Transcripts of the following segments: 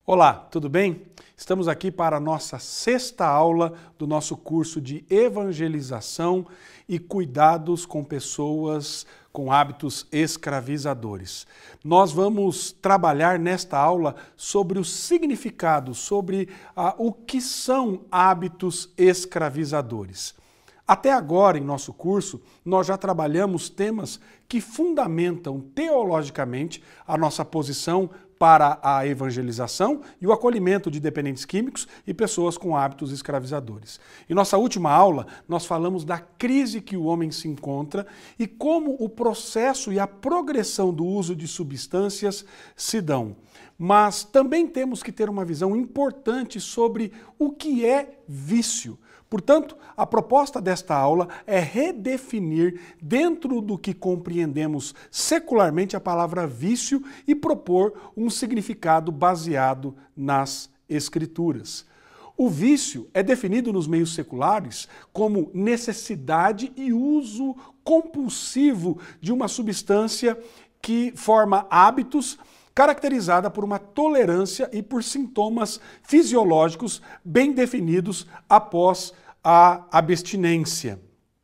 Olá, tudo bem? Estamos aqui para a nossa sexta aula do nosso curso de evangelização e cuidados com pessoas com hábitos escravizadores. Nós vamos trabalhar nesta aula sobre o significado, sobre o que são hábitos escravizadores. Até agora, em nosso curso, nós já trabalhamos temas que fundamentam teologicamente a nossa posição para a evangelização e o acolhimento de dependentes químicos e pessoas com hábitos escravizadores. Em nossa última aula, nós falamos da crise que o homem se encontra e como o processo e a progressão do uso de substâncias se dão. Mas também temos que ter uma visão importante sobre o que é vício. Portanto, a proposta desta aula é redefinir, dentro do que compreendemos secularmente, a palavra vício e propor um significado baseado nas Escrituras. O vício é definido nos meios seculares como necessidade e uso compulsivo de uma substância que forma hábitos caracterizada por uma tolerância e por sintomas fisiológicos bem definidos após a abstinência.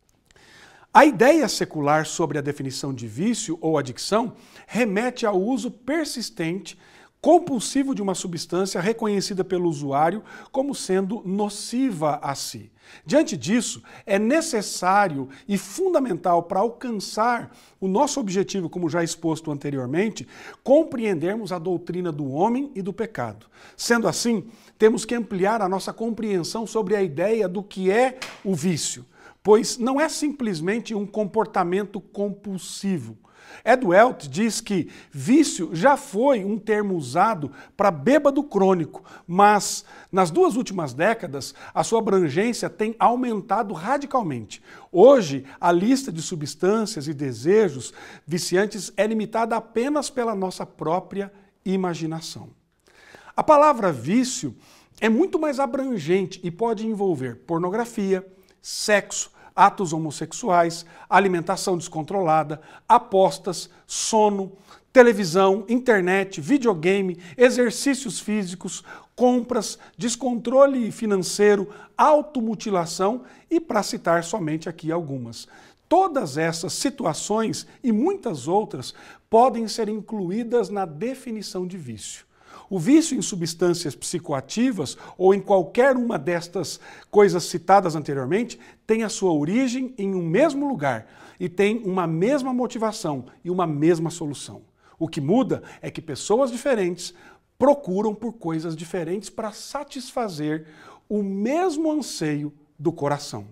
A ideia secular sobre a definição de vício ou adicção remete ao uso persistente, compulsivo de uma substância reconhecida pelo usuário como sendo nociva a si. Diante disso, é necessário e fundamental para alcançar o nosso objetivo, como já exposto anteriormente, compreendermos a doutrina do homem e do pecado. Sendo assim, temos que ampliar a nossa compreensão sobre a ideia do que é o vício, pois não é simplesmente um comportamento compulsivo. Ed Welch diz que vício já foi um termo usado para bêbado crônico, mas nas 2 últimas décadas a sua abrangência tem aumentado radicalmente. Hoje, a lista de substâncias e desejos viciantes é limitada apenas pela nossa própria imaginação. A palavra vício é muito mais abrangente e pode envolver pornografia, sexo, atos homossexuais, alimentação descontrolada, apostas, sono, televisão, internet, videogame, exercícios físicos, compras, descontrole financeiro, automutilação e, para citar somente aqui algumas. Todas essas situações e muitas outras podem ser incluídas na definição de vício. O vício em substâncias psicoativas ou em qualquer uma destas coisas citadas anteriormente tem a sua origem em um mesmo lugar e tem uma mesma motivação e uma mesma solução. O que muda é que pessoas diferentes procuram por coisas diferentes para satisfazer o mesmo anseio do coração.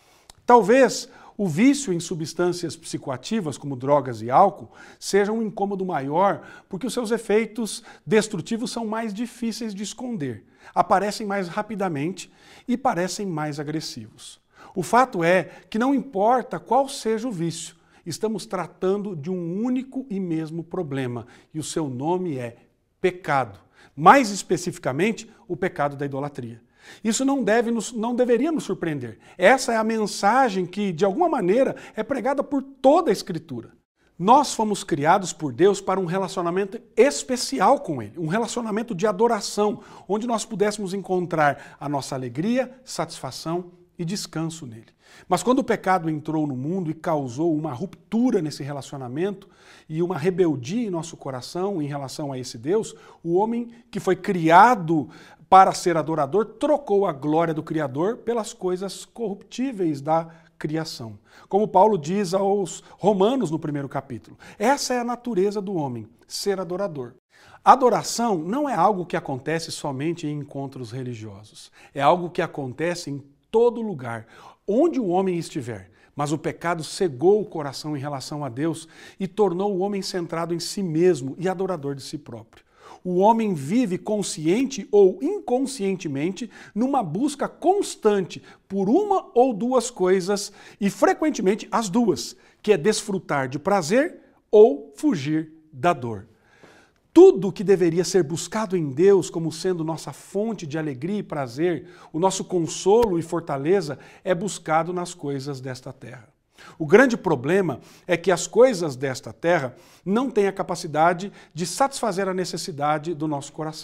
Talvez o vício em substâncias psicoativas, como drogas e álcool, seja um incômodo maior porque os seus efeitos destrutivos são mais difíceis de esconder, aparecem mais rapidamente e parecem mais agressivos. O fato é que não importa qual seja o vício, estamos tratando de um único e mesmo problema, e o seu nome é pecado. Mais especificamente, o pecado da idolatria. Isso não deveria nos surpreender. Essa é a mensagem que, de alguma maneira, é pregada por toda a Escritura. Nós fomos criados por Deus para um relacionamento especial com Ele, um relacionamento de adoração, onde nós pudéssemos encontrar a nossa alegria, satisfação e descanso nele. Mas quando o pecado entrou no mundo e causou uma ruptura nesse relacionamento e uma rebeldia em nosso coração em relação a esse Deus, o homem que foi criado para ser adorador trocou a glória do Criador pelas coisas corruptíveis da criação. Como Paulo diz aos Romanos no 1º capítulo, essa é a natureza do homem, ser adorador. Adoração não é algo que acontece somente em encontros religiosos, é algo que acontece em todo lugar, onde o homem estiver. Mas o pecado cegou o coração em relação a Deus e tornou o homem centrado em si mesmo e adorador de si próprio. O homem vive consciente ou inconscientemente numa busca constante por uma ou duas coisas e frequentemente as duas, que é desfrutar de prazer ou fugir da dor. Tudo que deveria ser buscado em Deus como sendo nossa fonte de alegria e prazer, o nosso consolo e fortaleza, é buscado nas coisas desta terra. O grande problema é que as coisas desta terra não têm a capacidade de satisfazer a necessidade do nosso coração.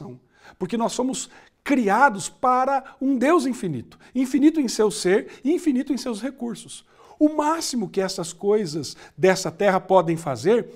porque nós somos criados para um Deus infinito, infinito em seu ser e infinito em seus recursos. O máximo que essas coisas dessa terra podem fazer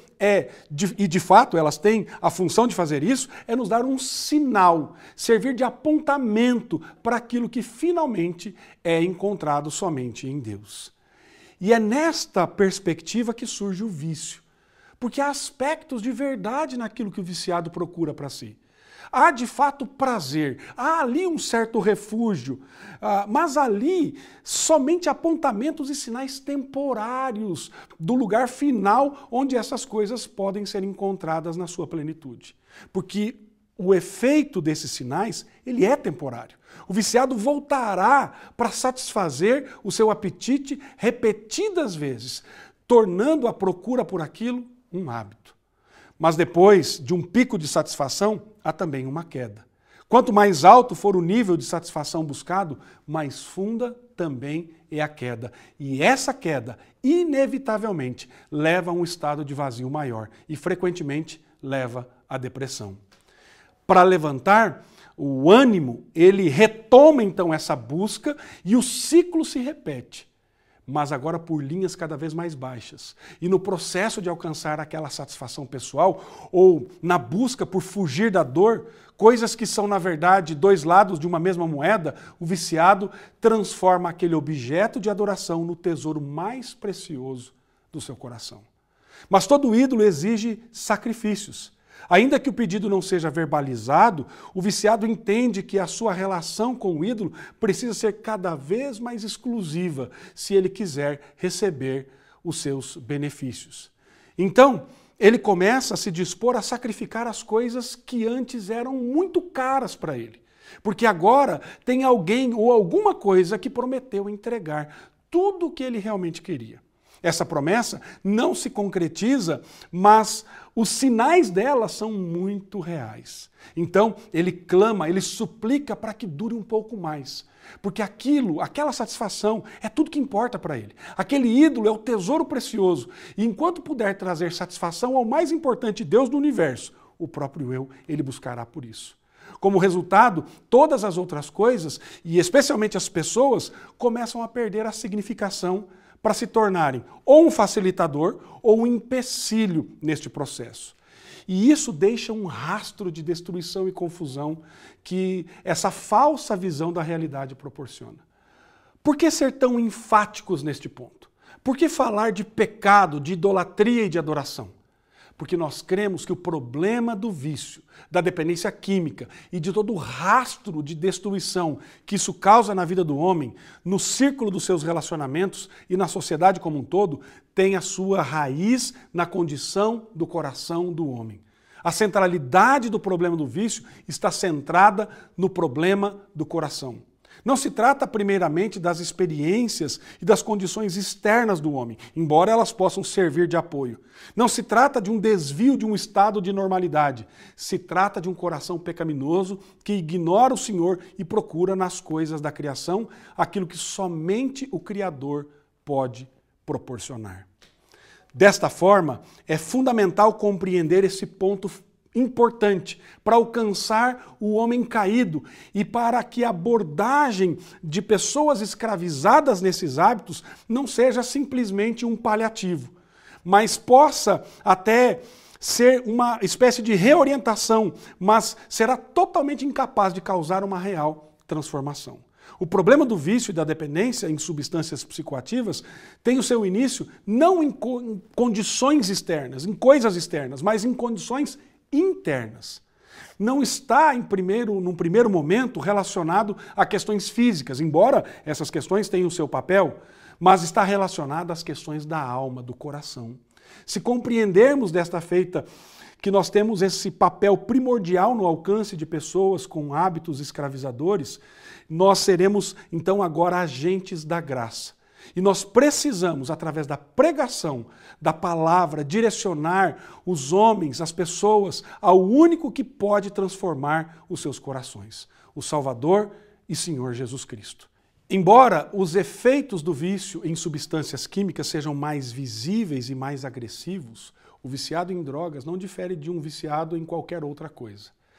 e de fato elas têm a função de fazer isso, é nos dar um sinal, servir de apontamento para aquilo que finalmente é encontrado somente em Deus. E é nesta perspectiva que surge o vício, porque há aspectos de verdade naquilo que o viciado procura para si. Há de fato prazer, há ali um certo refúgio, mas ali somente apontamentos e sinais temporários do lugar final onde essas coisas podem ser encontradas na sua plenitude. Porque o efeito desses sinais, ele é temporário. O viciado voltará para satisfazer o seu apetite repetidas vezes, tornando a procura por aquilo um hábito. Mas depois de um pico de satisfação, há também uma queda. Quanto mais alto for o nível de satisfação buscado, mais funda também é a queda. E essa queda, inevitavelmente, leva a um estado de vazio maior e, frequentemente, leva à depressão. Para levantar o ânimo, ele retoma então essa busca e o ciclo se repete, mas agora por linhas cada vez mais baixas. E no processo de alcançar aquela satisfação pessoal, ou na busca por fugir da dor, coisas que são, na verdade, dois lados de uma mesma moeda, o viciado transforma aquele objeto de adoração no tesouro mais precioso do seu coração. Mas todo ídolo exige sacrifícios. Ainda que o pedido não seja verbalizado, o viciado entende que a sua relação com o ídolo precisa ser cada vez mais exclusiva se ele quiser receber os seus benefícios. Então, ele começa a se dispor a sacrificar as coisas que antes eram muito caras para ele. Porque agora tem alguém ou alguma coisa que prometeu entregar tudo o que ele realmente queria. Essa promessa não se concretiza, mas os sinais dela são muito reais. Então, ele clama, ele suplica para que dure um pouco mais. Porque aquela satisfação é tudo que importa para ele. Aquele ídolo é o tesouro precioso. E enquanto puder trazer satisfação ao mais importante Deus do universo, o próprio eu, ele buscará por isso. Como resultado, todas as outras coisas, e especialmente as pessoas, começam a perder a significação para se tornarem ou um facilitador ou um empecilho neste processo. E isso deixa um rastro de destruição e confusão que essa falsa visão da realidade proporciona. Por que ser tão enfáticos neste ponto? Por que falar de pecado, de idolatria e de adoração? Porque nós cremos que o problema do vício, da dependência química e de todo o rastro de destruição que isso causa na vida do homem, no círculo dos seus relacionamentos e na sociedade como um todo, tem a sua raiz na condição do coração do homem. A centralidade do problema do vício está centrada no problema do coração. Não se trata primeiramente das experiências e das condições externas do homem, embora elas possam servir de apoio. Não se trata de um desvio de um estado de normalidade. Se trata de um coração pecaminoso que ignora o Senhor e procura nas coisas da criação aquilo que somente o Criador pode proporcionar. Desta forma, é fundamental compreender esse ponto importante para alcançar o homem caído e para que a abordagem de pessoas escravizadas nesses hábitos não seja simplesmente um paliativo, mas possa até ser uma espécie de reorientação, mas será totalmente incapaz de causar uma real transformação. O problema do vício e da dependência em substâncias psicoativas tem o seu início não em condições externas, em coisas externas, mas em condições internas. Não está, num primeiro momento, relacionado a questões físicas, embora essas questões tenham o seu papel, mas está relacionado às questões da alma, do coração. Se compreendermos desta feita que nós temos esse papel primordial no alcance de pessoas com hábitos escravizadores, nós seremos, então, agora agentes da graça. E nós precisamos, através da pregação, da palavra, direcionar os homens, as pessoas, ao único que pode transformar os seus corações, o Salvador e Senhor Jesus Cristo. Embora os efeitos do vício em substâncias químicas sejam mais visíveis e mais agressivos, o viciado em drogas não difere de um viciado em qualquer outra coisa.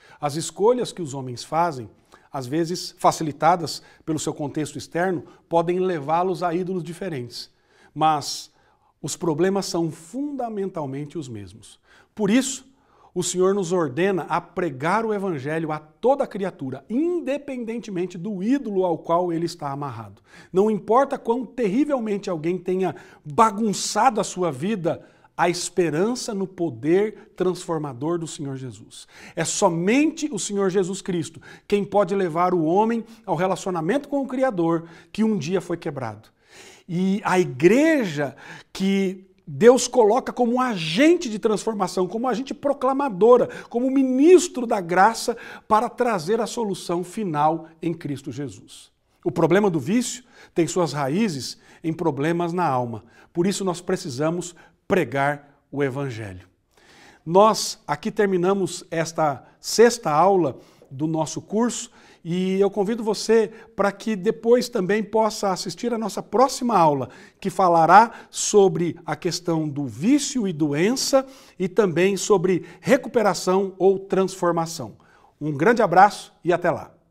As escolhas que os homens fazem, às vezes facilitadas pelo seu contexto externo, podem levá-los a ídolos diferentes. Mas os problemas são fundamentalmente os mesmos. Por isso, o Senhor nos ordena a pregar o Evangelho a toda criatura, independentemente do ídolo ao qual ele está amarrado. Não importa quão terrivelmente alguém tenha bagunçado a sua vida, a esperança no poder transformador do Senhor Jesus. É somente o Senhor Jesus Cristo quem pode levar o homem ao relacionamento com o Criador que um dia foi quebrado. E a igreja que Deus coloca como agente de transformação, como agente proclamadora, como ministro da graça para trazer a solução final em Cristo Jesus. O problema do vício tem suas raízes em problemas na alma. Por isso nós precisamos pregar o Evangelho. Nós aqui terminamos esta 6ª aula do nosso curso e eu convido você para que depois também possa assistir a nossa próxima aula, que falará sobre a questão do vício e doença e também sobre recuperação ou transformação. Um grande abraço e até lá!